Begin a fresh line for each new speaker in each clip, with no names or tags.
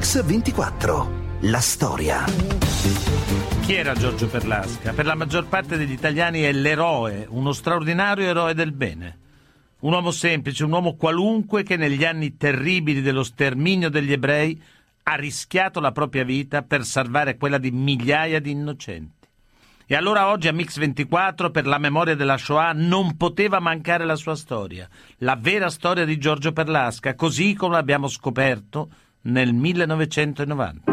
Mix 24. La storia.
Chi era Giorgio Perlasca? Per la maggior parte degli italiani è l'eroe, uno straordinario eroe del bene. Un uomo semplice, un uomo qualunque che negli anni terribili dello sterminio degli ebrei ha rischiato la propria vita per salvare quella di migliaia di innocenti. E allora oggi a Mix 24, per la memoria della Shoah, non poteva mancare la sua storia, la vera storia di Giorgio Perlasca, così come l'abbiamo scoperto nel 1990.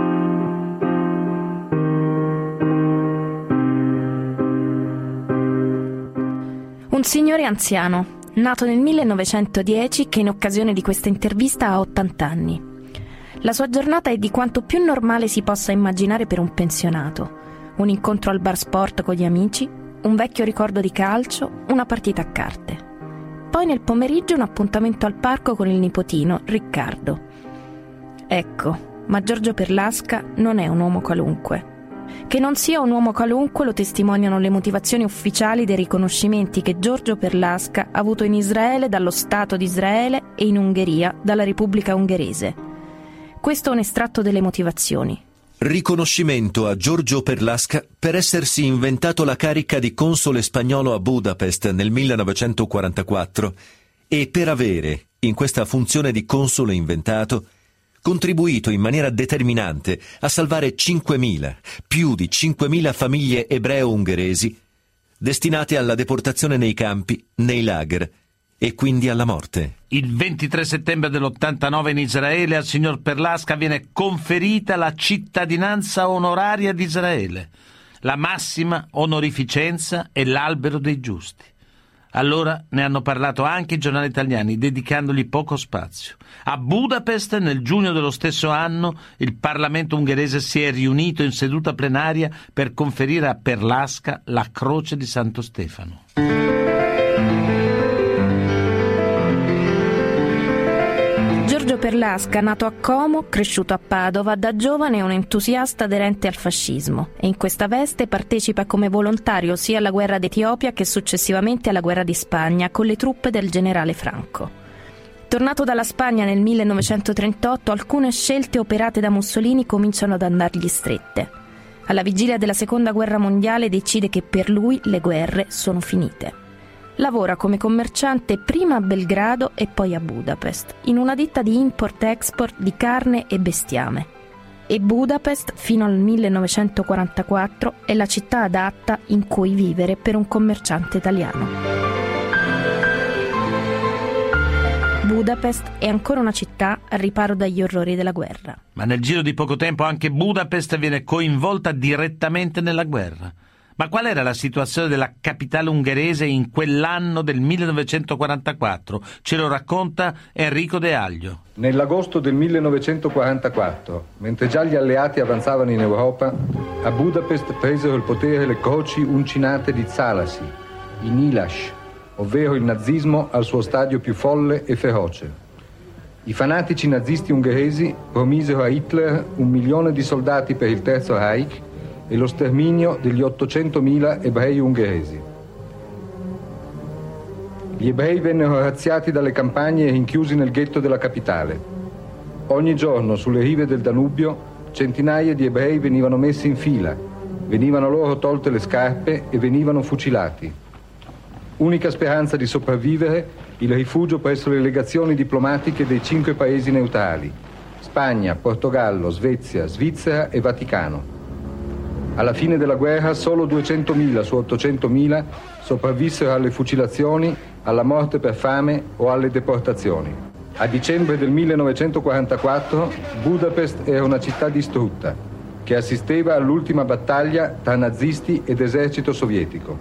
Un signore anziano, nato nel 1910, che in occasione di questa intervista ha 80 anni. La sua giornata è di quanto più normale si possa immaginare per un pensionato. Un incontro al bar sport con gli amici, un vecchio ricordo di calcio, una partita a carte. Poi nel pomeriggio un appuntamento al parco con il nipotino, Riccardo. Ecco, ma Giorgio Perlasca non è un uomo qualunque. Che non sia un uomo qualunque lo testimoniano le motivazioni ufficiali dei riconoscimenti che Giorgio Perlasca ha avuto in Israele dallo Stato di Israele e in Ungheria dalla Repubblica Ungherese. Questo è un estratto delle motivazioni.
Riconoscimento a Giorgio Perlasca per essersi inventato la carica di console spagnolo a Budapest nel 1944 e per avere, in questa funzione di console inventato, contribuito in maniera determinante a salvare più di 5.000 famiglie ebreo-ungheresi destinate alla deportazione nei campi, nei lager e quindi alla morte.
Il 23 settembre dell'89 in Israele al signor Perlasca viene conferita la cittadinanza onoraria di Israele, la massima onorificenza e l'albero dei giusti. Allora ne hanno parlato anche i giornali italiani, dedicandogli poco spazio. A Budapest, nel giugno dello stesso anno, il Parlamento ungherese si è riunito in seduta plenaria per conferire a Perlasca la Croce di Santo Stefano.
Giorgio Perlasca, nato a Como, cresciuto a Padova, da giovane è un entusiasta aderente al fascismo e in questa veste partecipa come volontario sia alla guerra d'Etiopia che successivamente alla guerra di Spagna con le truppe del generale Franco. Tornato dalla Spagna nel 1938, alcune scelte operate da Mussolini cominciano ad andargli strette. Alla vigilia della Seconda Guerra Mondiale decide che per lui le guerre sono finite. Lavora come commerciante prima a Belgrado e poi a Budapest, in una ditta di import-export di carne e bestiame. E Budapest, fino al 1944, è la città adatta in cui vivere per un commerciante italiano. Budapest è ancora una città al riparo dagli orrori della guerra.
Ma nel giro di poco tempo anche Budapest viene coinvolta direttamente nella guerra. Ma qual era la situazione della capitale ungherese in quell'anno del 1944? Ce lo racconta Enrico De Aglio.
Nell'agosto del 1944, mentre già gli alleati avanzavano in Europa, a Budapest presero il potere le croci uncinate di Szálasi, i Nyilas, ovvero il nazismo al suo stadio più folle e feroce. I fanatici nazisti ungheresi promisero a Hitler 1 milione di soldati per il Terzo Reich e lo sterminio degli 800.000 ebrei ungheresi. Gli ebrei vennero razziati dalle campagne e rinchiusi nel ghetto della capitale. Ogni giorno sulle rive del Danubio centinaia di ebrei venivano messi in fila, venivano loro tolte le scarpe e venivano fucilati. Unica speranza di sopravvivere, il rifugio presso le legazioni diplomatiche dei 5 paesi neutrali: Spagna, Portogallo, Svezia, Svizzera e Vaticano. Alla fine della guerra solo 200.000 su 800.000 sopravvissero alle fucilazioni, alla morte per fame o alle deportazioni. A dicembre del 1944 Budapest era una città distrutta che assisteva all'ultima battaglia tra nazisti ed esercito sovietico.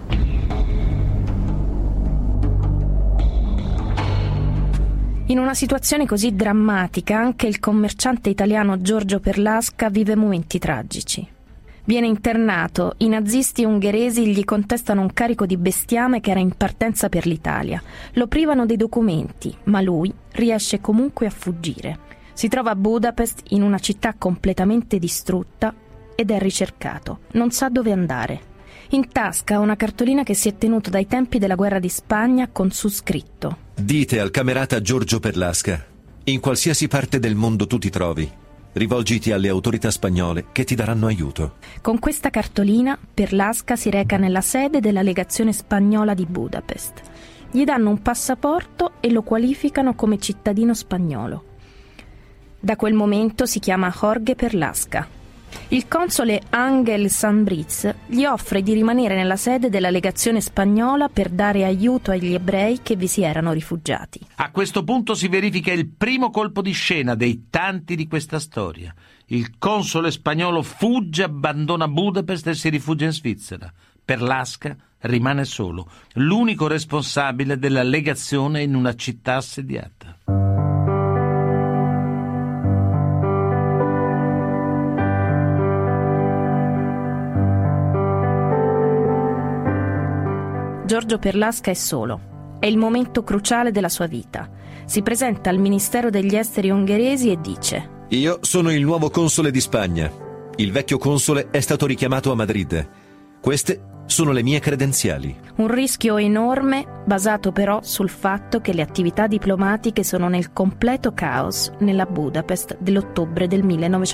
In una situazione così drammatica anche il commerciante italiano Giorgio Perlasca vive momenti tragici. Viene internato, i nazisti ungheresi gli contestano un carico di bestiame che era in partenza per l'Italia. Lo privano dei documenti, ma lui riesce comunque a fuggire. Si trova a Budapest, in una città completamente distrutta, ed è ricercato. Non sa dove andare. In tasca ha una cartolina che si è tenuto dai tempi della guerra di Spagna con su scritto:
Dite al camerata Giorgio Perlasca, in qualsiasi parte del mondo tu ti trovi, Rivolgiti alle autorità spagnole che ti daranno aiuto.
Con questa cartolina, Perlasca si reca nella sede della legazione spagnola di Budapest. Gli danno un passaporto e lo qualificano come cittadino spagnolo. Da quel momento si chiama Jorge Perlasca. Il console Ángel Sanbriz gli offre di rimanere nella sede della legazione spagnola per dare aiuto agli ebrei che vi si erano rifugiati.
A questo punto si verifica il primo colpo di scena dei tanti di questa storia. Il console spagnolo fugge, abbandona Budapest e si rifugia in Svizzera. Perlasca rimane solo, l'unico responsabile della legazione in una città assediata.
Giorgio Perlasca è solo. È il momento cruciale della sua vita. Si presenta al Ministero degli Esteri ungheresi e dice:
Io sono il nuovo console di Spagna. Il vecchio console è stato richiamato a Madrid. Queste sono le mie credenziali.
Un rischio enorme, basato però sul fatto che le attività diplomatiche sono nel completo caos nella Budapest dell'ottobre del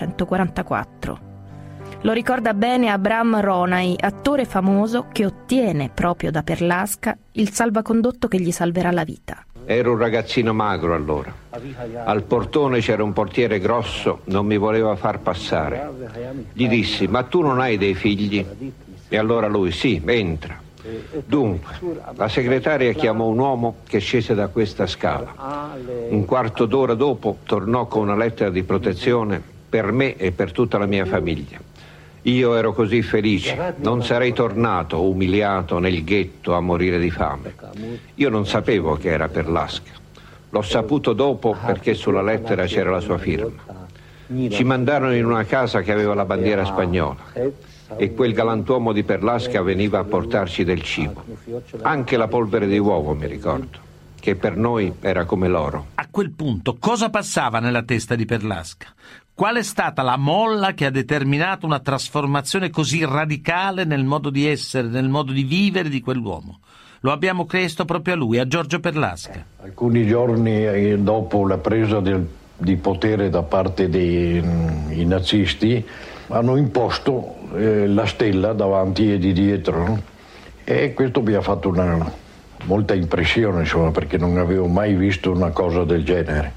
1944. Lo ricorda bene Abram Ronay, attore famoso che ottiene proprio da Perlasca il salvacondotto che gli salverà la vita.
Ero un ragazzino magro allora. Al portone c'era un portiere grosso, non mi voleva far passare. Gli dissi: ma tu non hai dei figli? E allora lui: sì, entra. Dunque, la segretaria chiamò un uomo che scese da questa scala. Un quarto d'ora dopo tornò con una lettera di protezione per me e per tutta la mia famiglia. Io ero così felice, non sarei tornato umiliato nel ghetto a morire di fame. Io non sapevo che era Perlasca. L'ho saputo dopo perché sulla lettera c'era la sua firma. Ci mandarono in una casa che aveva la bandiera spagnola e quel galantuomo di Perlasca veniva a portarci del cibo. Anche la polvere di uovo, mi ricordo, che per noi era come l'oro.
A quel punto cosa passava nella testa di Perlasca? Qual è stata la molla che ha determinato una trasformazione così radicale nel modo di essere, nel modo di vivere di quell'uomo? Lo abbiamo chiesto proprio a lui, a Giorgio Perlasca.
Alcuni giorni dopo la presa di potere da parte dei nazisti hanno imposto la stella davanti e di dietro, e questo mi ha fatto molta impressione, insomma, perché non avevo mai visto una cosa del genere.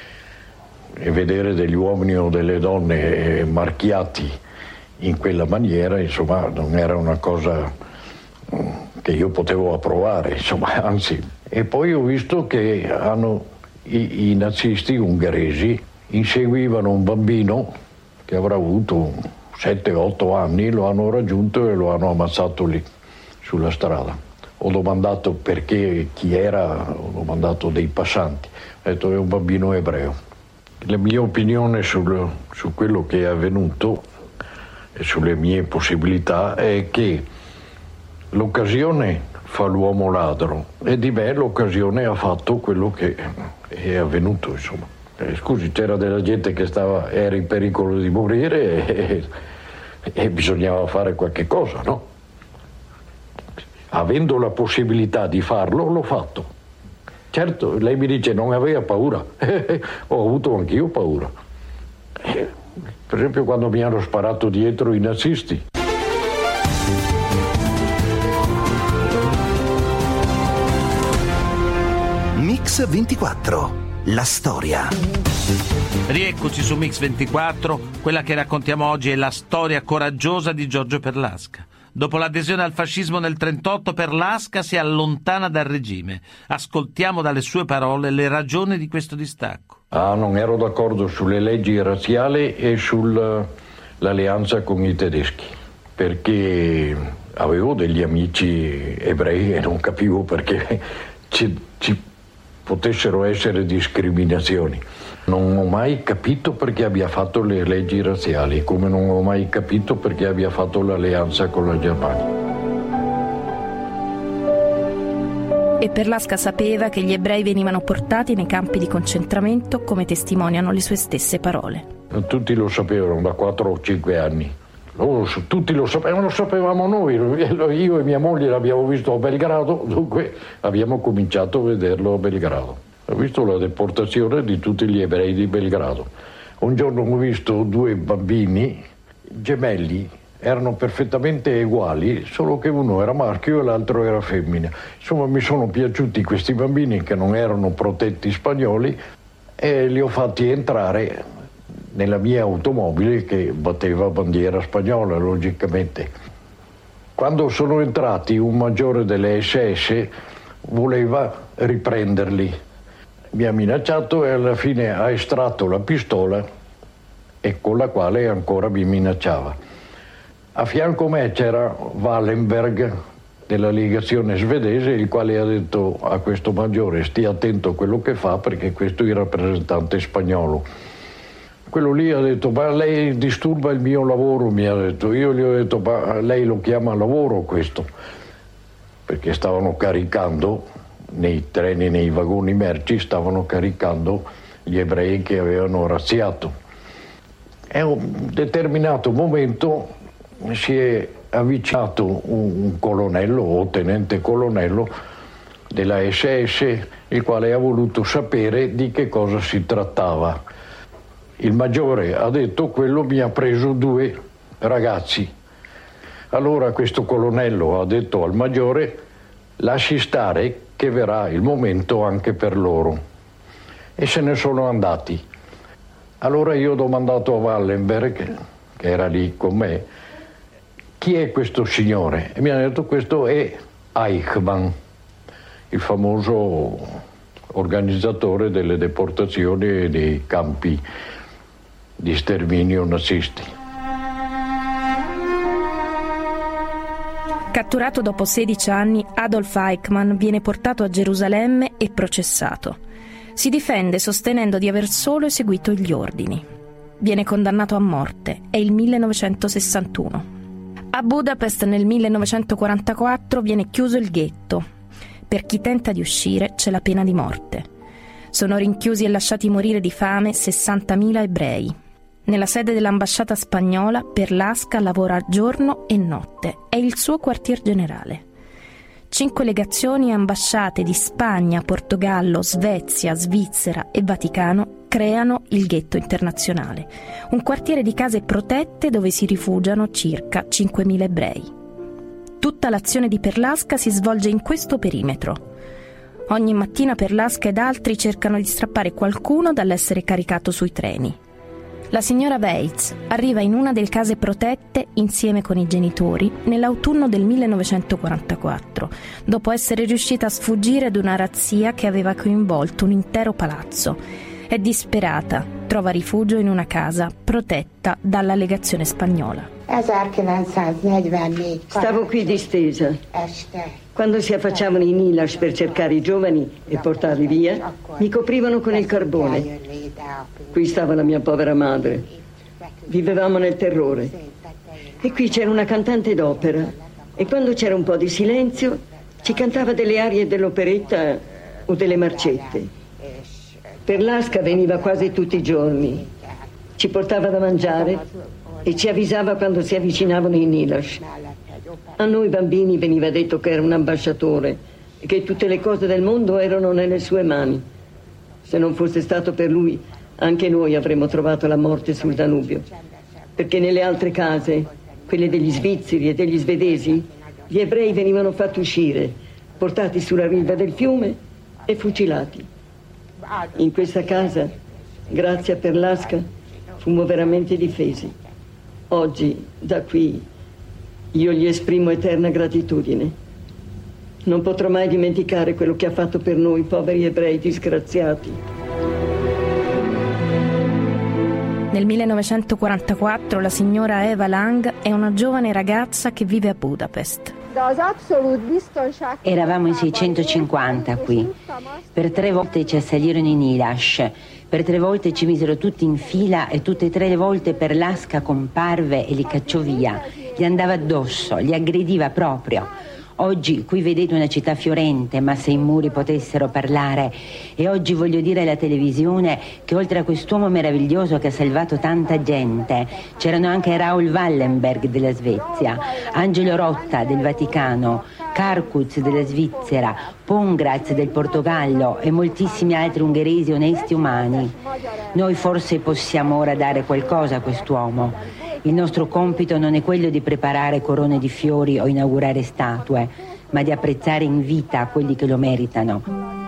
E vedere degli uomini o delle donne marchiati in quella maniera, insomma, non era una cosa che io potevo approvare, insomma, anzi. E poi ho visto che i nazisti ungheresi inseguivano un bambino che avrà avuto 7-8 anni, lo hanno raggiunto e lo hanno ammazzato lì sulla strada. Ho domandato perché, chi era, ho domandato dei passanti, ho detto è un bambino ebreo. La mia opinione su quello che è avvenuto e sulle mie possibilità è che l'occasione fa l'uomo ladro, e di me l'occasione ha fatto quello che è avvenuto, insomma. Scusi, c'era della gente che era in pericolo di morire e bisognava fare qualche cosa, no? Avendo la possibilità di farlo, l'ho fatto. Certo, lei mi dice non aveva paura, ho avuto anch'io paura. Per esempio quando mi hanno sparato dietro i nazisti.
Mix 24, la storia.
Rieccoci su Mix 24, quella che raccontiamo oggi è la storia coraggiosa di Giorgio Perlasca. Dopo l'adesione al fascismo nel 1938, Perlasca si allontana dal regime. Ascoltiamo dalle sue parole le ragioni di questo distacco.
Non ero d'accordo sulle leggi razziali e sull'alleanza con i tedeschi, perché avevo degli amici ebrei e non capivo perché ci potessero essere discriminazioni. Non ho mai capito perché abbia fatto le leggi razziali, come non ho mai capito perché abbia fatto l'alleanza con la Germania.
E Perlasca sapeva che gli ebrei venivano portati nei campi di concentramento, come testimoniano le sue stesse parole.
Tutti lo sapevano da 4 o 5 anni. Tutti lo sapevano, lo sapevamo noi. Io e mia moglie l'abbiamo visto a Belgrado, dunque abbiamo cominciato a vederlo a Belgrado. Ho visto la deportazione di tutti gli ebrei di Belgrado. Un giorno ho visto 2 bambini gemelli, erano perfettamente uguali, solo che uno era maschio e l'altro era femmina. Insomma, mi sono piaciuti questi bambini che non erano protetti spagnoli e li ho fatti entrare nella mia automobile che batteva bandiera spagnola, logicamente. Quando sono entrati, un maggiore delle SS voleva riprenderli. Mi ha minacciato e alla fine ha estratto la pistola e con la quale ancora mi minacciava. A fianco a me c'era Wallenberg della legazione svedese, il quale ha detto a questo maggiore: stia attento a quello che fa, perché questo è il rappresentante spagnolo. Quello lì ha detto: ma lei disturba il mio lavoro, mi ha detto. Io gli ho detto: ma lei lo chiama lavoro questo? Perché stavano caricando nei treni, nei vagoni merci, stavano caricando gli ebrei che avevano razziato. A un determinato momento si è avvicinato un colonnello o tenente colonnello della SS, il quale ha voluto sapere di che cosa si trattava. Il maggiore ha detto: quello mi ha preso 2 ragazzi. Allora questo colonnello ha detto al maggiore: lasci stare che verrà il momento anche per loro. E se ne sono andati. Allora io ho domandato a Wallenberg, che era lì con me, chi è questo signore? E mi ha detto: questo è Eichmann, il famoso organizzatore delle deportazioni e dei campi di sterminio nazisti.
Catturato dopo 16 anni, Adolf Eichmann viene portato a Gerusalemme e processato. Si difende sostenendo di aver solo eseguito gli ordini. Viene condannato a morte, è il 1961. A Budapest nel 1944 viene chiuso il ghetto. Per chi tenta di uscire c'è la pena di morte. Sono rinchiusi e lasciati morire di fame 60.000 ebrei. Nella sede dell'ambasciata spagnola, Perlasca lavora giorno e notte. È il suo quartier generale. 5 legazioni e ambasciate di Spagna, Portogallo, Svezia, Svizzera e Vaticano creano il ghetto internazionale, un quartiere di case protette dove si rifugiano circa 5.000 ebrei. Tutta l'azione di Perlasca si svolge in questo perimetro. Ogni mattina Perlasca ed altri cercano di strappare qualcuno dall'essere caricato sui treni. La signora Weitz arriva in una delle case protette insieme con i genitori nell'autunno del 1944, dopo essere riuscita a sfuggire ad una razzia che aveva coinvolto un intero palazzo. È disperata, trova rifugio in una casa protetta dalla legazione spagnola.
Stavo qui distesa. Quando si affacciavano i Nilash per cercare i giovani e portarli via, mi coprivano con il carbone. Qui stava la mia povera madre. Vivevamo nel terrore. E qui c'era una cantante d'opera e quando c'era un po' di silenzio ci cantava delle arie dell'operetta o delle marcette. Perlasca veniva quasi tutti i giorni. Ci portava da mangiare e ci avvisava quando si avvicinavano i Nilash. A noi bambini veniva detto che era un ambasciatore e che tutte le cose del mondo erano nelle sue mani. Se non fosse stato per lui, anche noi avremmo trovato la morte sul Danubio. Perché nelle altre case, quelle degli svizzeri e degli svedesi, gli ebrei venivano fatti uscire, portati sulla riva del fiume e fucilati. In questa casa, grazie a Perlasca, fummo veramente difesi. Oggi, da qui, io gli esprimo eterna gratitudine. Non potrò mai dimenticare quello che ha fatto per noi, poveri ebrei disgraziati.
Nel 1944 la signora Eva Lang è una giovane ragazza che vive a Budapest.
Eravamo in 650 qui. Per 3 volte ci assalirono i Nilash. Per 3 volte ci misero tutti in fila e tutte e 3 le volte Perlasca comparve e li cacciò via. Gli andava addosso, li aggrediva proprio. Oggi qui vedete una città fiorente, ma se i muri potessero parlare. E oggi voglio dire alla televisione che oltre a quest'uomo meraviglioso che ha salvato tanta gente, c'erano anche Raoul Wallenberg della Svezia, Angelo Rotta del Vaticano, Karkuz della Svizzera, Pongratz del Portogallo e moltissimi altri ungheresi onesti umani. Noi forse possiamo ora dare qualcosa a quest'uomo. Il nostro compito non è quello di preparare corone di fiori o inaugurare statue, ma di apprezzare in vita quelli che lo meritano.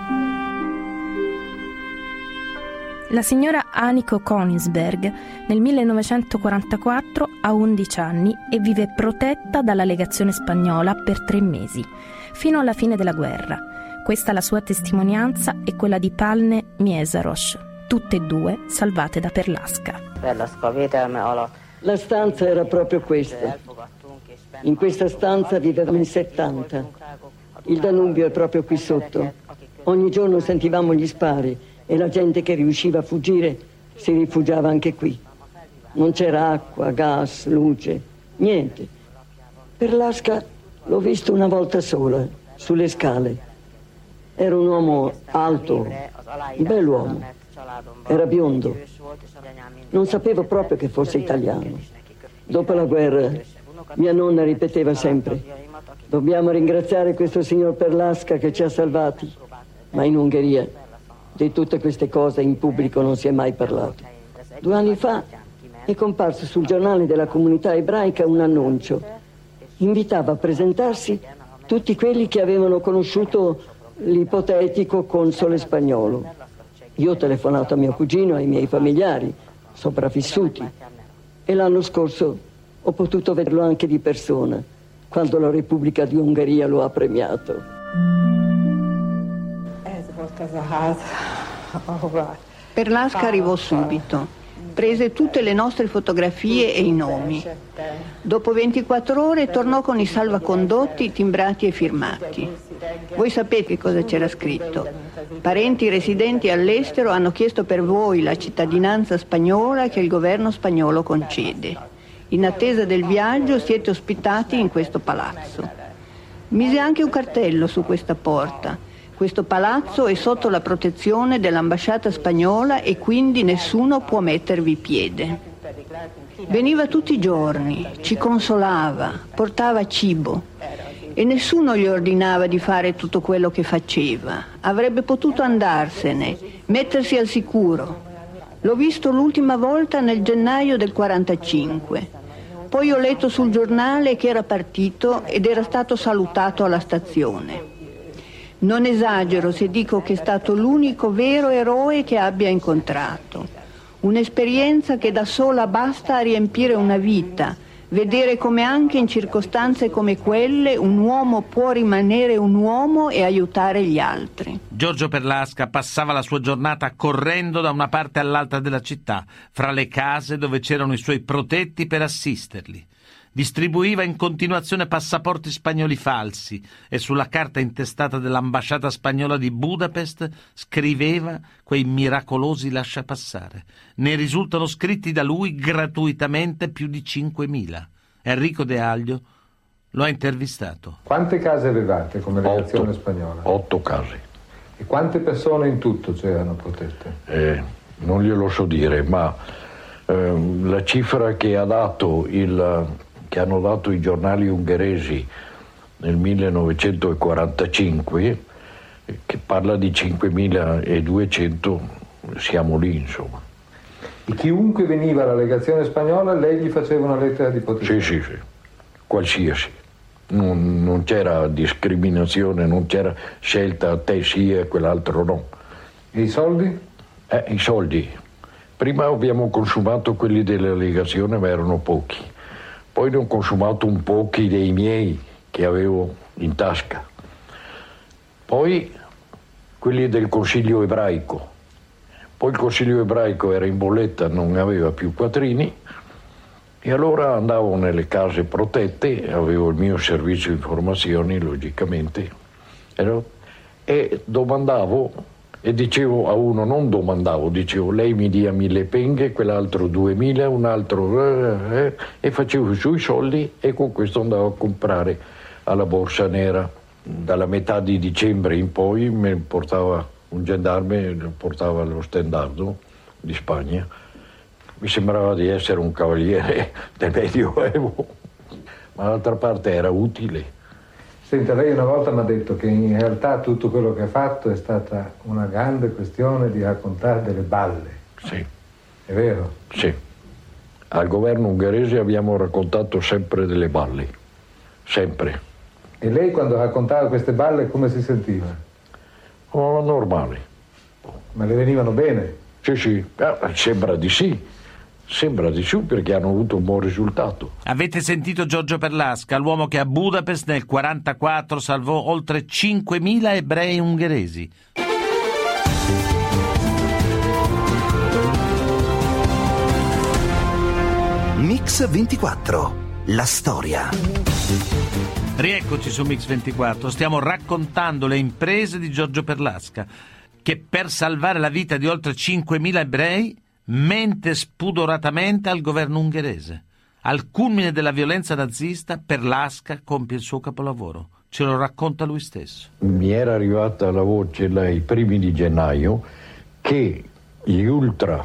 La signora Aniko Königsberg nel 1944 ha 11 anni e vive protetta dalla legazione spagnola per 3 mesi, fino alla fine della guerra. Questa è la sua testimonianza e quella di Palne Miesaros, tutte e due salvate da Perlasca.
La stanza era proprio questa. In questa stanza vivevamo in 70. Il Danubio è proprio qui sotto. Ogni giorno sentivamo gli spari e la gente che riusciva a fuggire si rifugiava anche qui. Non c'era acqua, gas, luce, niente. Perlasca l'ho visto una volta sola, sulle scale. Era un uomo alto, un bell'uomo. Era biondo. Non sapevo proprio che fosse italiano. Dopo la guerra, mia nonna ripeteva sempre: dobbiamo ringraziare questo signor Perlasca che ci ha salvati. Ma in Ungheria di tutte queste cose in pubblico non si è mai parlato. 2 anni fa è comparso sul giornale della comunità ebraica un annuncio. Invitava a presentarsi tutti quelli che avevano conosciuto l'ipotetico console spagnolo. Io ho telefonato a mio cugino e ai miei familiari sopravvissuti e l'anno scorso ho potuto vederlo anche di persona, quando la Repubblica di Ungheria lo ha premiato.
Perlasca arrivò subito. Prese tutte le nostre fotografie e i nomi. Dopo 24 ore tornò con i salvacondotti timbrati e firmati. Voi sapete cosa c'era scritto. Parenti residenti all'estero hanno chiesto per voi la cittadinanza spagnola che il governo spagnolo concede. In attesa del viaggio siete ospitati in questo palazzo. Mise anche un cartello su questa porta. Questo palazzo è sotto la protezione dell'ambasciata spagnola e quindi nessuno può mettervi piede. Veniva tutti i giorni, ci consolava, portava cibo e nessuno gli ordinava di fare tutto quello che faceva. Avrebbe potuto andarsene, mettersi al sicuro. L'ho visto l'ultima volta nel gennaio del 45. Poi ho letto sul giornale che era partito ed era stato salutato alla stazione. Non esagero se dico che è stato l'unico vero eroe che abbia incontrato. Un'esperienza che da sola basta a riempire una vita, vedere come anche in circostanze come quelle un uomo può rimanere un uomo e aiutare gli altri.
Giorgio Perlasca passava la sua giornata correndo da una parte all'altra della città, fra le case dove c'erano i suoi protetti per assisterli. Distribuiva in continuazione passaporti spagnoli falsi e sulla carta intestata dell'ambasciata spagnola di Budapest scriveva quei miracolosi lasciapassare. Ne risultano scritti da lui gratuitamente più di 5.000. Enrico De Aglio lo ha intervistato.
Quante case avevate come legazione spagnola?
8 case.
E quante persone in tutto c'erano protette?
Non glielo so dire, ma la cifra che hanno dato i giornali ungheresi nel 1945, che parla di 5.200, siamo lì, insomma.
E chiunque veniva alla legazione spagnola, lei gli faceva una lettera di protezione?
Sì, qualsiasi. Non c'era discriminazione, non c'era scelta a te sì e quell'altro no.
E i soldi?
I soldi. Prima abbiamo consumato quelli della legazione, ma erano pochi. Poi ne ho consumato un pochi dei miei che avevo in tasca. Poi quelli del Consiglio ebraico. Poi il Consiglio ebraico era in bolletta, non aveva più quattrini, e allora andavo nelle case protette, avevo il mio servizio informazioni, logicamente, e domandavo, e dicevo a uno, non domandavo, dicevo lei mi dia 1.000 penghe, quell'altro 2.000, un altro e facevo sui soldi e con questo andavo a comprare alla Borsa Nera. Dalla metà di dicembre in poi mi portava un gendarme, mi portava allo Stendardo di Spagna. Mi sembrava di essere un cavaliere del Medioevo, ma d'altra parte era utile.
Senta, lei una volta mi ha detto che in realtà tutto quello che ha fatto è stata una grande questione di raccontare delle balle.
Sì.
È vero?
Sì. Al governo ungherese abbiamo raccontato sempre delle balle. Sempre.
E lei quando raccontava queste balle come si sentiva?
Oh, normale.
Ma le venivano bene?
Sì. Sembra di sì. Sembra di sì perché hanno avuto un buon risultato.
Avete sentito Giorgio Perlasca, l'uomo che a Budapest nel 1944 salvò oltre 5.000 ebrei ungheresi.
Mix 24, la storia.
Rieccoci su Mix 24, stiamo raccontando le imprese di Giorgio Perlasca, che per salvare la vita di oltre 5.000 ebrei mente spudoratamente al governo ungherese. Al culmine della violenza nazista, Perlasca compie il suo capolavoro. Ce lo racconta lui stesso.
Mi era arrivata la voce ai primi di gennaio che gli ultra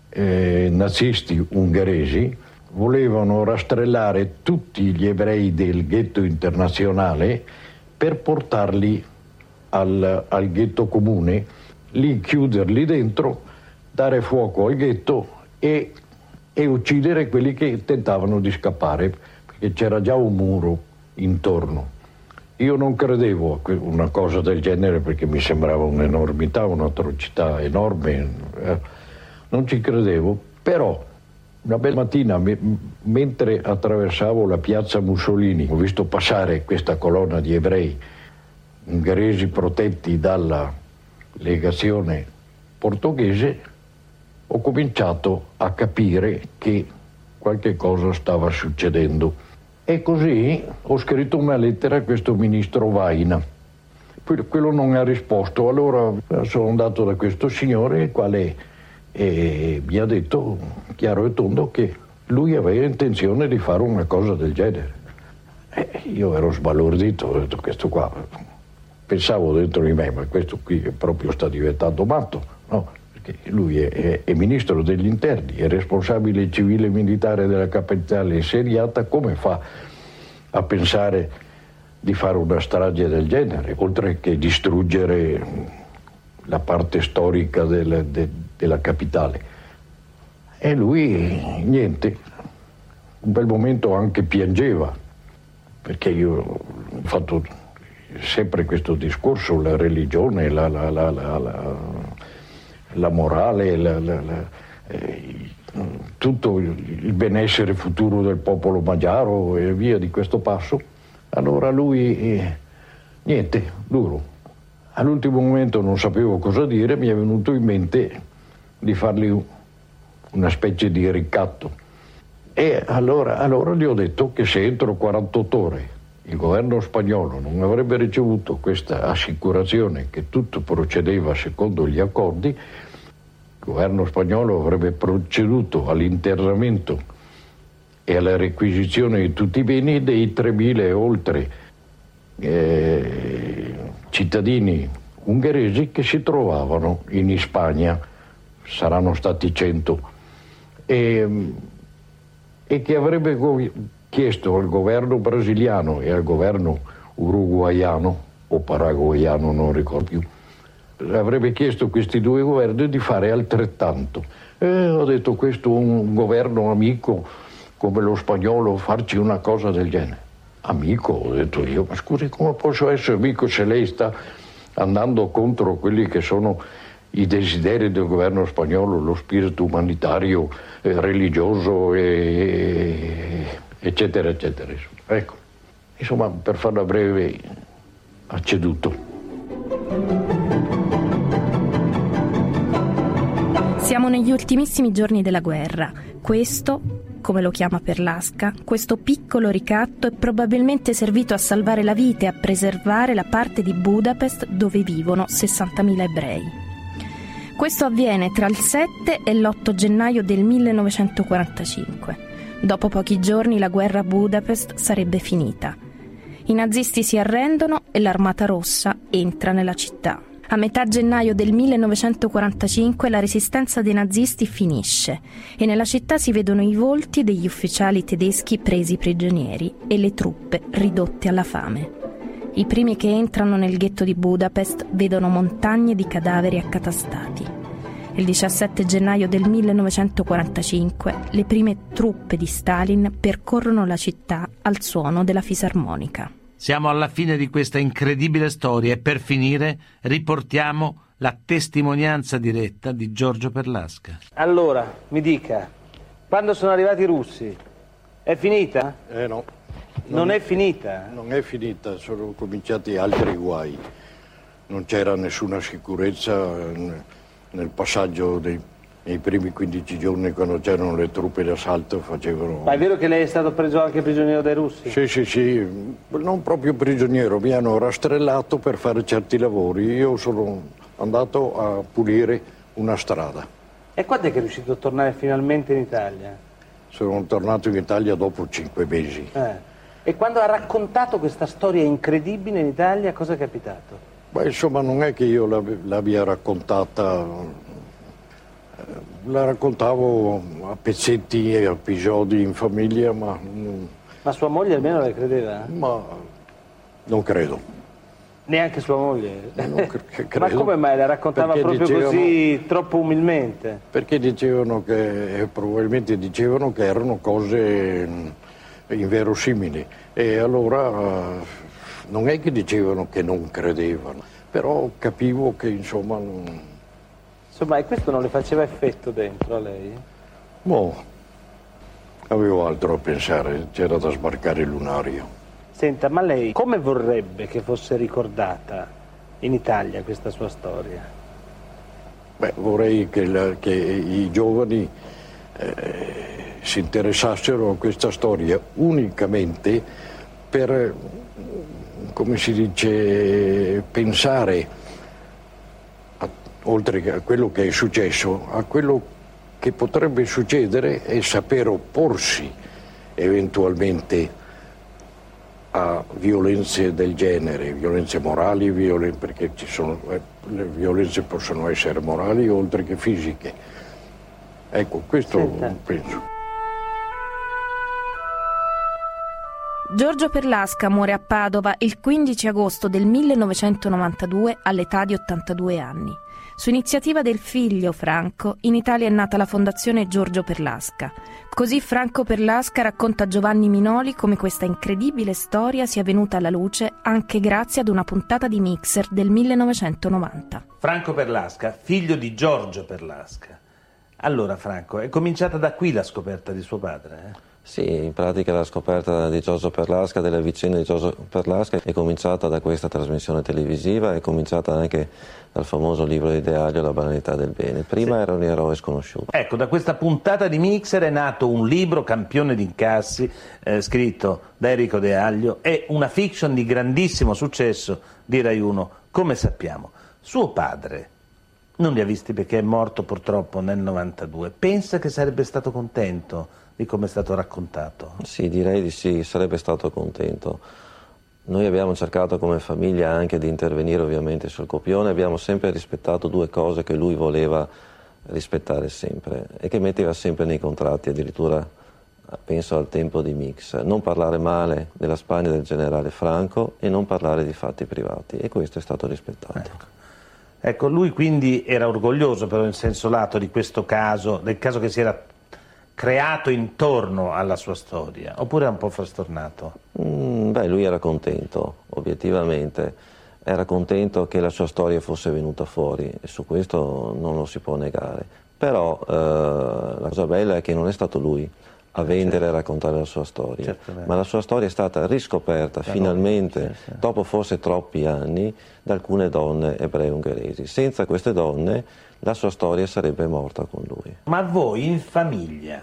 nazisti ungheresi volevano rastrellare tutti gli ebrei del ghetto internazionale per portarli al ghetto comune, lì chiuderli dentro, dare fuoco al ghetto e uccidere quelli che tentavano di scappare, perché c'era già un muro intorno. Io non credevo a una cosa del genere perché mi sembrava un'enormità, un'atrocità enorme, non ci credevo, però una bella mattina, mentre attraversavo la piazza Mussolini, ho visto passare questa colonna di ebrei ungheresi protetti dalla legazione portoghese. Ho cominciato a capire che qualche cosa stava succedendo. E così ho scritto una lettera a questo ministro Vaina. Quello non ha risposto. Allora sono andato da questo signore, il quale mi ha detto chiaro e tondo che lui aveva intenzione di fare una cosa del genere. Io ero sbalordito, ho detto questo qua, pensavo dentro di me, ma questo qui proprio sta diventando matto, no? Perché lui è ministro degli interni, è responsabile civile e militare della capitale insediata, come fa a pensare di fare una strage del genere, oltre che distruggere la parte storica della capitale? E lui, niente, un bel momento anche piangeva, perché io ho fatto sempre questo discorso, la religione, la morale, tutto il benessere futuro del popolo magiaro e via di questo passo. Allora lui, niente, duro. All'ultimo momento non sapevo cosa dire, mi è venuto in mente di fargli una specie di ricatto. E allora gli ho detto che se entro 48 ore il governo spagnolo non avrebbe ricevuto questa assicurazione che tutto procedeva secondo gli accordi, il governo spagnolo avrebbe proceduto all'internamento e alla requisizione di tutti i beni dei 3.000 e oltre cittadini ungheresi che si trovavano in Spagna, saranno stati 100, e che avrebbe chiesto al governo brasiliano e al governo uruguaiano o paraguaiano, non ricordo più, avrebbe chiesto a questi due governi di fare altrettanto. Ho detto, questo un governo amico come lo spagnolo farci una cosa del genere? Amico, ho detto io, ma scusi, come posso essere amico se lei sta andando contro quelli che sono i desideri del governo spagnolo, lo spirito umanitario, religioso, eccetera, eccetera. Ecco, insomma, per farla breve, ha ceduto.
Siamo negli ultimissimi giorni della guerra. Questo, come lo chiama Perlasca, questo piccolo ricatto è probabilmente servito a salvare la vita e a preservare la parte di Budapest dove vivono 60.000 ebrei. Questo avviene tra il 7 e l'8 gennaio del 1945. Dopo pochi giorni la guerra a Budapest sarebbe finita. I nazisti si arrendono e l'Armata Rossa entra nella città. A metà gennaio del 1945 la resistenza dei nazisti finisce e nella città si vedono i volti degli ufficiali tedeschi presi prigionieri e le truppe ridotte alla fame. I primi che entrano nel ghetto di Budapest vedono montagne di cadaveri accatastati. Il 17 gennaio del 1945 le prime truppe di Stalin percorrono la città al suono della fisarmonica.
Siamo alla fine di questa incredibile storia e per finire riportiamo la testimonianza diretta di Giorgio Perlasca.
Allora, mi dica, quando sono arrivati i russi, è finita?
No.
Non è finita?
Non è finita, sono cominciati altri guai. Non c'era nessuna sicurezza nel passaggio nei primi 15 giorni, quando c'erano le truppe d'assalto, facevano...
Ma è vero che lei è stato preso anche prigioniero dai russi?
Sì, non proprio prigioniero, mi hanno rastrellato per fare certi lavori. Io sono andato a pulire una strada.
E quando è che è riuscito a tornare finalmente in Italia?
Sono tornato in Italia dopo 5 mesi.
E quando ha raccontato questa storia incredibile in Italia, cosa è capitato?
Beh, insomma, non è che io l'abbia raccontata, la raccontavo a pezzetti e episodi in famiglia, ma...
Ma sua moglie almeno la credeva?
Ma non credo.
Neanche sua moglie?
Non credo.
Ma come mai la raccontava proprio così, troppo umilmente?
Perché dicevano che, probabilmente dicevano che erano cose inverosimili, e allora non è che dicevano che non credevano, però capivo che insomma...
Insomma, e questo non le faceva effetto dentro a lei?
Boh, avevo altro a pensare, c'era da sbarcare il lunario.
Senta, ma lei come vorrebbe che fosse ricordata in Italia questa sua storia?
Beh, vorrei che i giovani si interessassero a questa storia unicamente per, come si dice, pensare, oltre a quello che è successo, a quello che potrebbe succedere e saper opporsi eventualmente a violenze del genere, violenze morali, perché le violenze possono essere morali oltre che fisiche. Ecco, questo penso.
Giorgio Perlasca muore a Padova il 15 agosto del 1992 all'età di 82 anni. Su iniziativa del figlio Franco, in Italia è nata la Fondazione Giorgio Perlasca. Così Franco Perlasca racconta a Giovanni Minoli come questa incredibile storia sia venuta alla luce anche grazie ad una puntata di Mixer del 1990.
Franco Perlasca, figlio di Giorgio Perlasca. Allora, Franco, è cominciata da qui la scoperta di suo padre,
Sì, in pratica la scoperta di Giorgio Perlasca, delle vicende di Giorgio Perlasca, è cominciata da questa trasmissione televisiva, è cominciata anche dal famoso libro di De Aglio, La banalità del bene. Prima era un eroe sconosciuto.
Ecco, da questa puntata di Mixer è nato un libro campione di incassi, scritto da Enrico De Aglio, e una fiction di grandissimo successo di Rai 1, come sappiamo. Suo padre non li ha visti perché è morto purtroppo nel 92. Pensa che sarebbe stato contento di come è stato raccontato?
Sì, direi di sì, sarebbe stato contento. Noi abbiamo cercato come famiglia anche di intervenire ovviamente sul copione, abbiamo sempre rispettato due cose che lui voleva rispettare sempre e che metteva sempre nei contratti, addirittura penso al tempo di Mix: non parlare male della Spagna del generale Franco e non parlare di fatti privati, e questo è stato rispettato.
Ecco, lui quindi era orgoglioso però in senso lato di questo caso, del caso che si era creato intorno alla sua storia, oppure è un po' frastornato?
Beh, lui era contento, obiettivamente, era contento che la sua storia fosse venuta fuori, e su questo non lo si può negare. Però la cosa bella è che non è stato lui a vendere e raccontare la sua storia, ma la sua storia è stata riscoperta finalmente, dopo forse troppi anni, da alcune donne ebree ungheresi. Senza queste donne la sua storia sarebbe morta con lui.
Ma voi in famiglia,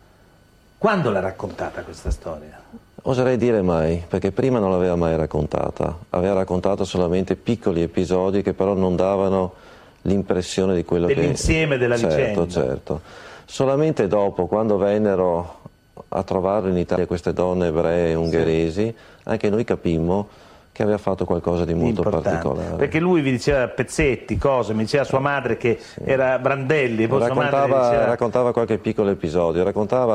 quando l'ha raccontata questa storia?
Oserei dire mai, perché prima non l'aveva mai raccontata, aveva raccontato solamente piccoli episodi che però non davano l'impressione di quello
dell'insieme della vicenda.
Certo. Solamente dopo, quando vennero a trovare in Italia queste donne ebree e ungheresi, anche noi capimmo che aveva fatto qualcosa di molto particolare.
Perché lui vi diceva pezzetti, cose, mi diceva sua madre che era Brandelli, poi sua madre diceva...
raccontava qualche piccolo episodio,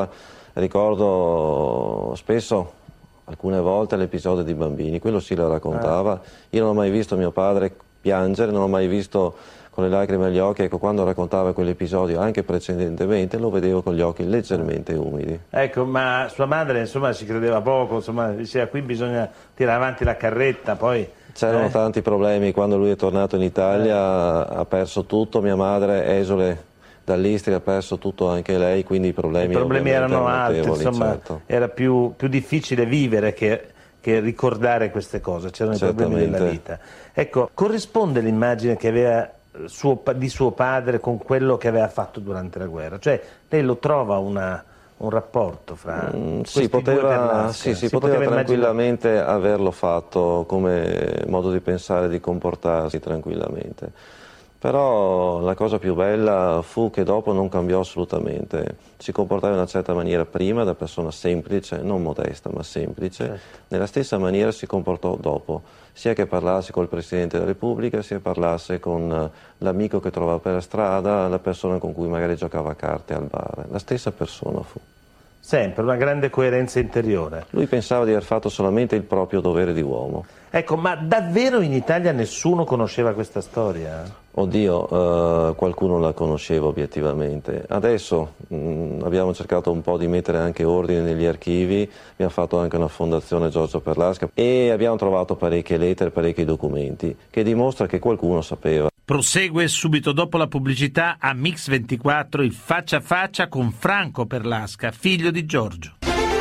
ricordo spesso, alcune volte, l'episodio di bambini, quello sì lo raccontava. Io non ho mai visto mio padre piangere, non ho mai visto con le lacrime agli occhi, ecco, quando raccontava quell'episodio, anche precedentemente, lo vedevo con gli occhi leggermente umidi.
Ecco, ma sua madre, insomma, ci credeva poco, insomma, diceva qui bisogna tirare avanti la carretta, poi...
C'erano tanti problemi, quando lui è tornato in Italia ha perso tutto, mia madre, esule dall'Istria, ha perso tutto anche lei, quindi i problemi
erano altri, insomma,
certo.
Era più difficile vivere che ricordare queste cose, c'erano i problemi della vita. Ecco, corrisponde l'immagine che aveva di suo padre con quello che aveva fatto durante la guerra? Cioè, lei lo trova un rapporto fra
si poteva tranquillamente averlo fatto come modo di pensare, di comportarsi tranquillamente. Però la cosa più bella fu che dopo non cambiò assolutamente, si comportava in una certa maniera prima da persona semplice, non modesta ma semplice, certo. Nella stessa maniera si comportò dopo, sia che parlasse col Presidente della Repubblica, sia che parlasse con l'amico che trovava per la strada, la persona con cui magari giocava a carte al bar, la stessa persona fu.
Sempre una grande coerenza interiore.
Lui pensava di aver fatto solamente il proprio dovere di uomo.
Ecco, ma davvero in Italia nessuno conosceva questa storia?
Oddio, qualcuno la conosceva obiettivamente. Adesso abbiamo cercato un po' di mettere anche ordine negli archivi, abbiamo fatto anche una fondazione Giorgio Perlasca e abbiamo trovato parecchie lettere, parecchi documenti che dimostra che qualcuno sapeva.
Prosegue subito dopo la pubblicità a Mix 24 il faccia a faccia con Franco Perlasca, figlio di Giorgio.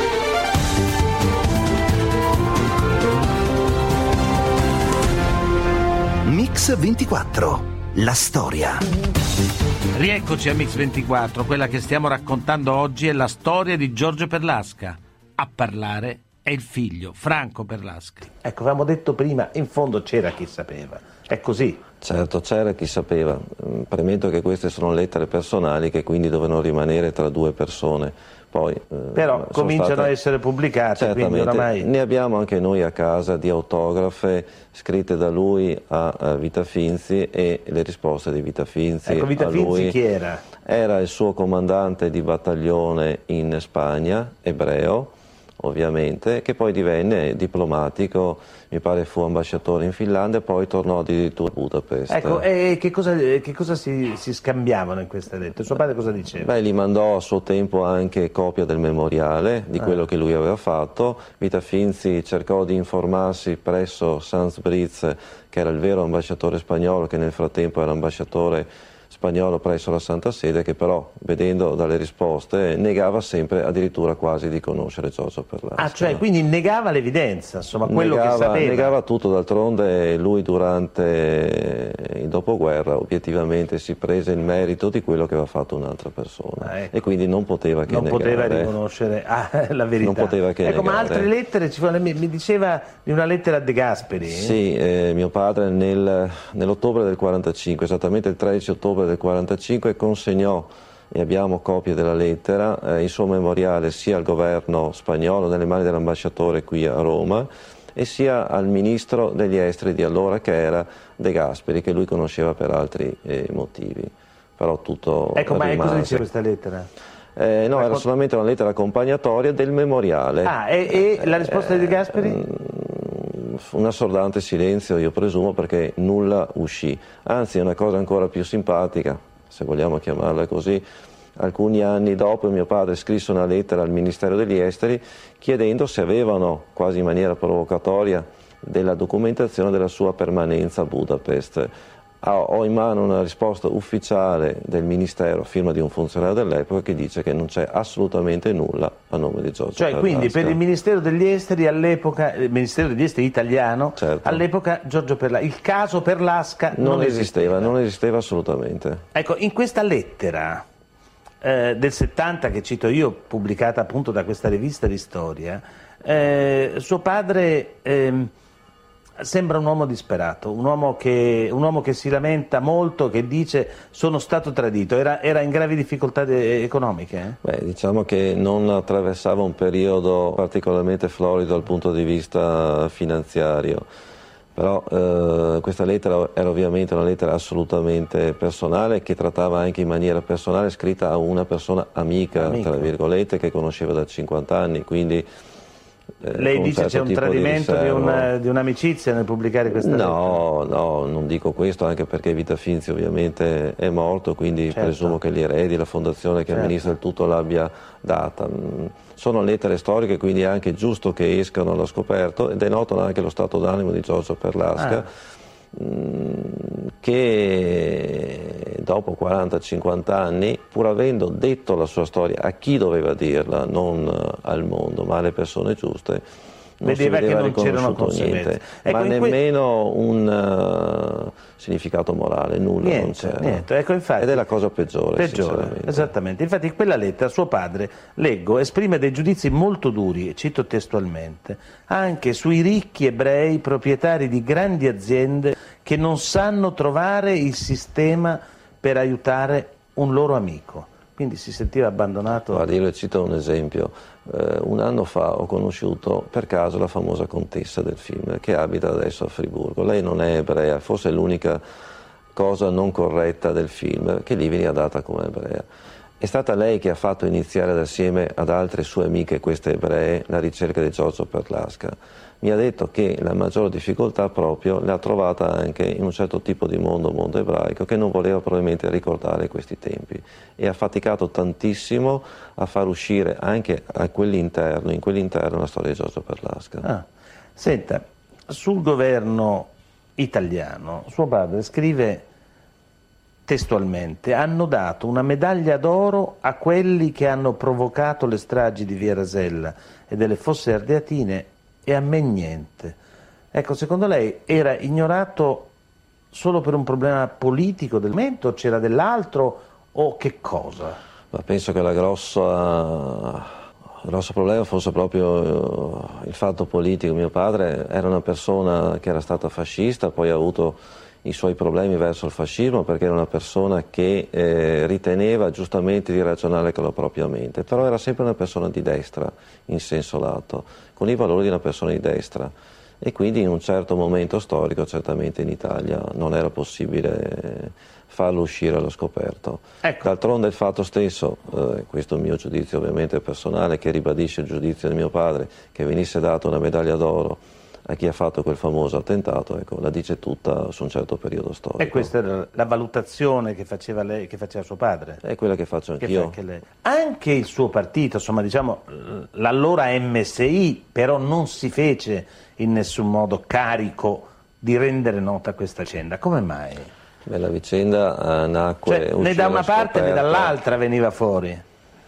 Mix 24, la storia.
Rieccoci a Mix 24, quella che stiamo raccontando oggi è la storia di Giorgio Perlasca. A parlare è il figlio, Franco Perlasca.
Ecco, avevamo detto prima, in fondo c'era chi sapeva, è così.
Certo, c'era chi sapeva. Premetto che queste sono lettere personali che quindi dovevano rimanere tra due persone. Poi,
però cominciano a essere pubblicate,
certamente,
quindi oramai...
Ne abbiamo anche noi a casa di autografe scritte da lui a Vita Finzi e le risposte di Vita Finzi.
Ecco, Vita Finzi chi era?
Era il suo comandante di battaglione in Spagna, ebreo, ovviamente, che poi divenne diplomatico, mi pare fu ambasciatore in Finlandia e poi tornò addirittura a Budapest.
Ecco, e che cosa si scambiavano in queste lettere? Suo padre cosa diceva?
Beh, gli mandò a suo tempo anche copia del memoriale di quello che lui aveva fatto. Vita Finzi cercò di informarsi presso Sanz Briz, che era il vero ambasciatore spagnolo, che nel frattempo era ambasciatore spagnolo presso la Santa Sede, che però, vedendo dalle risposte, negava sempre, addirittura quasi, di conoscere Giorgio Perlasca.
Ah, cioè, quindi negava l'evidenza, insomma, quello che sapeva.
Negava tutto, d'altronde lui durante il dopoguerra obiettivamente si prese il merito di quello che aveva fatto un'altra persona, ecco. E quindi non poteva che negare.
Non poteva riconoscere la verità.
Non poteva che negare.
Ma altre lettere, mi diceva di una lettera a De Gasperi.
Sì, mio padre nell'ottobre del 45, esattamente il 13 ottobre del 45, consegnò, e abbiamo copie della lettera, il suo memoriale sia al governo spagnolo nelle mani dell'ambasciatore qui a Roma e sia al ministro degli esteri di allora, che era De Gasperi, che lui conosceva per altri motivi, però tutto
ecco,
rimase.
Ma cosa diceva questa lettera?
No, era solamente una lettera accompagnatoria del memoriale.
Ah, e la risposta di De Gasperi?
Un assordante silenzio, io presumo, perché nulla uscì. Anzi, una cosa ancora più simpatica, se vogliamo chiamarla così, alcuni anni dopo mio padre scrisse una lettera al Ministero degli Esteri chiedendo se avevano, quasi in maniera provocatoria, della documentazione della sua permanenza a Budapest. Ho in mano una risposta ufficiale del Ministero, firma di un funzionario dell'epoca, che dice che non c'è assolutamente nulla a nome di Giorgio Perlasca.
Quindi per il Ministero degli Esteri all'epoca, il Ministero degli Esteri italiano, certo. All'epoca Giorgio Perlasca, il caso Perlasca non
esisteva assolutamente.
Ecco, in questa lettera del 70 che cito io, pubblicata appunto da questa rivista di storia, suo padre sembra un uomo disperato, un uomo che si lamenta molto, che dice sono stato tradito. Era in gravi difficoltà economiche?
Beh, diciamo che non attraversava un periodo particolarmente florido dal punto di vista finanziario, però questa lettera era ovviamente una lettera assolutamente personale, che trattava anche in maniera personale, scritta a una persona amica, tra virgolette, che conosceva da 50 anni, quindi
lei dice c'è un tradimento di un'amicizia nel pubblicare questa lettera?
No, non dico questo, anche perché Vita Finzi ovviamente è morto, quindi presumo che gli eredi, la fondazione che amministra il tutto l'abbia data. Sono lettere storiche, quindi è anche giusto che escano allo scoperto, ed denotano anche lo stato d'animo di Giorgio Perlasca, che dopo 40-50 anni, pur avendo detto la sua storia a chi doveva dirla, non al mondo ma alle persone giuste, non
vedeva
si vedeva
che non c'erano
niente, ma nemmeno un significato morale, nulla, non c'era.
Niente. Ecco, infatti,
ed è la cosa peggiore, sinceramente.
Esattamente. Infatti in quella lettera suo padre, leggo, esprime dei giudizi molto duri, cito testualmente, anche sui ricchi ebrei proprietari di grandi aziende che non sanno trovare il sistema per aiutare un loro amico. Quindi si sentiva abbandonato.
Guardi, io le cito un esempio. Un anno fa ho conosciuto per caso la famosa contessa del film, che abita adesso a Friburgo. Lei non è ebrea, forse è l'unica cosa non corretta del film, che lì veniva data come ebrea. È stata lei che ha fatto iniziare assieme ad altre sue amiche, queste ebree, la ricerca di Giorgio Perlasca. Mi ha detto che la maggior difficoltà proprio l'ha trovata anche in un certo tipo di mondo ebraico, che non voleva probabilmente ricordare questi tempi, e ha faticato tantissimo a far uscire anche in quell'interno la storia di Giorgio Perlasca.
Senta, sul governo italiano suo padre scrive testualmente: hanno dato una medaglia d'oro a quelli che hanno provocato le stragi di Via Rasella e delle Fosse Ardeatine, e a me niente. Ecco, secondo lei era ignorato solo per un problema politico del momento, c'era dell'altro, o che cosa?
Ma penso che il grosso problema fosse proprio il fatto politico. Mio padre era una persona che era stata fascista, poi ha avuto i suoi problemi verso il fascismo, perché era una persona che riteneva giustamente di ragionare con la propria mente, però era sempre una persona di destra in senso lato, con i valori di una persona di destra, e quindi in un certo momento storico certamente in Italia non era possibile farlo uscire allo scoperto.
Ecco.
D'altronde il fatto stesso, questo è il mio giudizio ovviamente personale, che ribadisce il giudizio di mio padre, che venisse data una medaglia d'oro a chi ha fatto quel famoso attentato, ecco, la dice tutta su un certo periodo storico.
E questa era la valutazione che faceva lei, che faceva suo padre?
È quella che faccio anch'io.
Anche il suo partito, insomma, diciamo, l'allora MSI, però non si fece in nessun modo carico di rendere nota questa vicenda. Come mai?
Beh, la vicenda nacque...
né da una parte né dall'altra veniva fuori.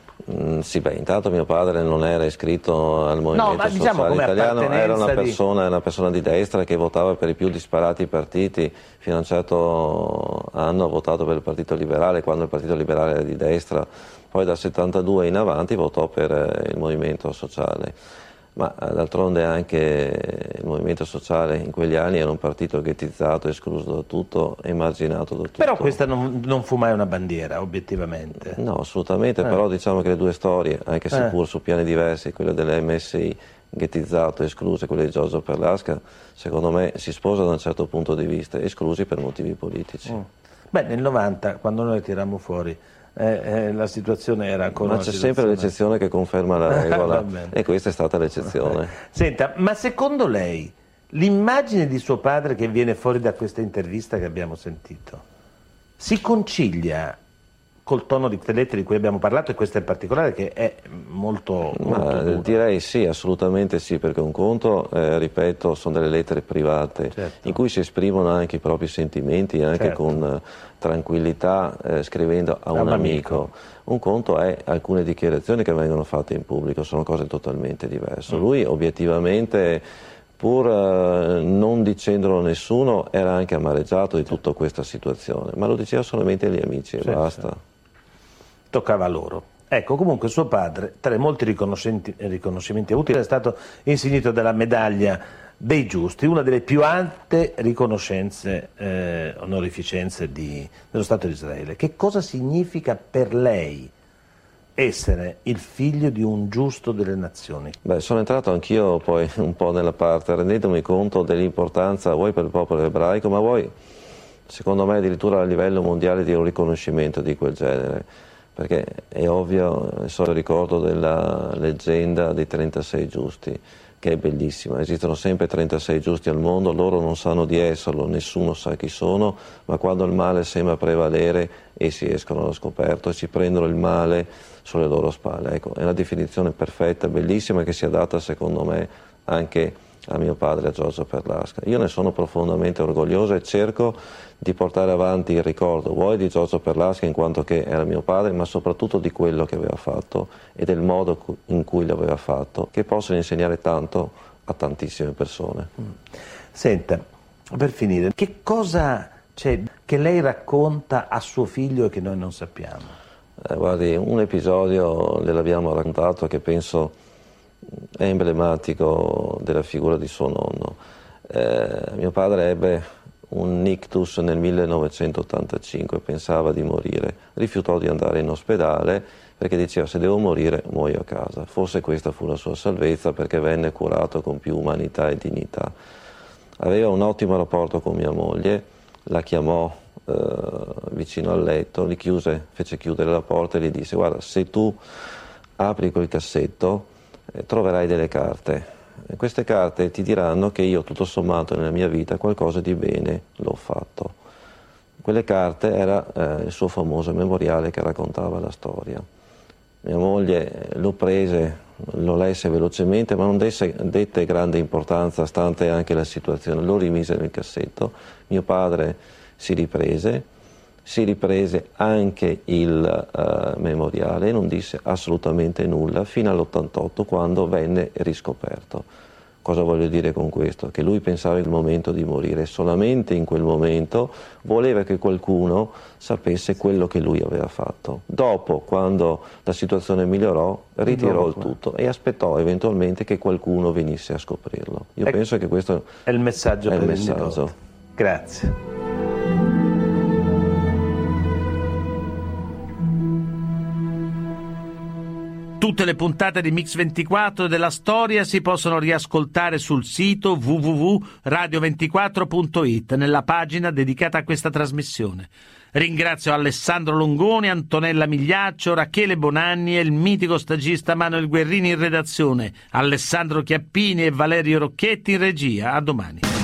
Sì, beh, intanto mio padre non era iscritto al Movimento Sociale Italiano, era una persona di destra che votava per i più disparati partiti. Fino a un certo anno ha votato per il Partito Liberale, quando il Partito Liberale era di destra, poi dal 72 in avanti votò per il Movimento Sociale. Ma d'altronde anche il Movimento Sociale in quegli anni era un partito ghettizzato, escluso da tutto, emarginato da tutto.
Però questa non fu mai una bandiera, obiettivamente.
No, assolutamente, però diciamo che le due storie, anche seppur su piani diversi, quella dell'MSI ghettizzato, escluse, quella di Giorgio Perlasca, secondo me si sposano da un certo punto di vista, esclusi per motivi politici.
Beh, nel 90, quando noi tirammo fuori, la situazione era ancora...
Ma c'è sempre l'eccezione che conferma la regola e questa è stata l'eccezione.
Senta, ma secondo lei l'immagine di suo padre che viene fuori da questa intervista che abbiamo sentito si concilia col tono di queste lettere di cui abbiamo parlato, e questa in particolare, che è molto dura?
Direi sì, assolutamente sì, perché un conto, ripeto, sono delle lettere private, in cui si esprimono anche i propri sentimenti, anche con tranquillità, scrivendo a un amico. Un conto è alcune dichiarazioni che vengono fatte in pubblico, sono cose totalmente diverse. Lui obiettivamente, pur non dicendolo a nessuno, era anche amareggiato di tutta questa situazione, ma lo diceva solamente agli amici e basta.
Toccava loro. Ecco, comunque suo padre, tra i molti riconoscimenti utili, è stato insignito della medaglia dei Giusti, una delle più alte riconoscenze, onorificenze dello Stato di Israele. Che cosa significa per lei essere il figlio di un giusto delle nazioni?
Beh, sono entrato anch'io poi un po' nella parte, rendendomi conto dell'importanza vuoi per il popolo ebraico, ma vuoi, secondo me, addirittura a livello mondiale di un riconoscimento di quel genere. Perché è ovvio, adesso ricordo della leggenda dei 36 giusti, che è bellissima. Esistono sempre 36 giusti al mondo, loro non sanno di esserlo, nessuno sa chi sono, ma quando il male sembra prevalere essi escono allo scoperto e si prendono il male sulle loro spalle. Ecco, è una definizione perfetta, bellissima, che si adatta secondo me anche a mio padre, a Giorgio Perlasca. Io ne sono profondamente orgoglioso e cerco di portare avanti il ricordo, vuoi di Giorgio Perlasca in quanto che era mio padre, ma soprattutto di quello che aveva fatto e del modo in cui l'aveva fatto, che possono insegnare tanto a tantissime persone.
Senta, per finire, che cosa c'è che lei racconta a suo figlio e che noi non sappiamo?
Guardi, un episodio gliel'abbiamo raccontato che penso è emblematico della figura di suo nonno. Mio padre ebbe un ictus nel 1985, pensava di morire, rifiutò di andare in ospedale perché diceva se devo morire muoio a casa. Forse questa fu la sua salvezza perché venne curato con più umanità e dignità. Aveva un ottimo rapporto con mia moglie, la chiamò vicino al letto, fece chiudere la porta e gli disse guarda, se tu apri quel cassetto troverai delle carte. Queste carte ti diranno che io tutto sommato nella mia vita qualcosa di bene l'ho fatto. Quelle carte era il suo famoso memoriale che raccontava la storia. Mia moglie lo prese, lo lesse velocemente, ma non dette grande importanza stante anche la situazione, lo rimise nel cassetto. Mio padre si riprese anche il memoriale e non disse assolutamente nulla fino all'88 quando venne riscoperto. Cosa voglio dire con questo? Che lui pensava il momento di morire, solamente in quel momento voleva che qualcuno sapesse quello che lui aveva fatto. Dopo, quando la situazione migliorò, ritirò il tutto e aspettò eventualmente che qualcuno venisse a scoprirlo. Io penso che questo
è il messaggio.
È il messaggio.
Grazie.
Tutte le puntate di Mix24 della storia si possono riascoltare sul sito www.radio24.it nella pagina dedicata a questa trasmissione. Ringrazio Alessandro Longoni, Antonella Migliaccio, Rachele Bonanni e il mitico stagista Manuel Guerrini in redazione, Alessandro Chiappini e Valerio Rocchetti in regia. A domani.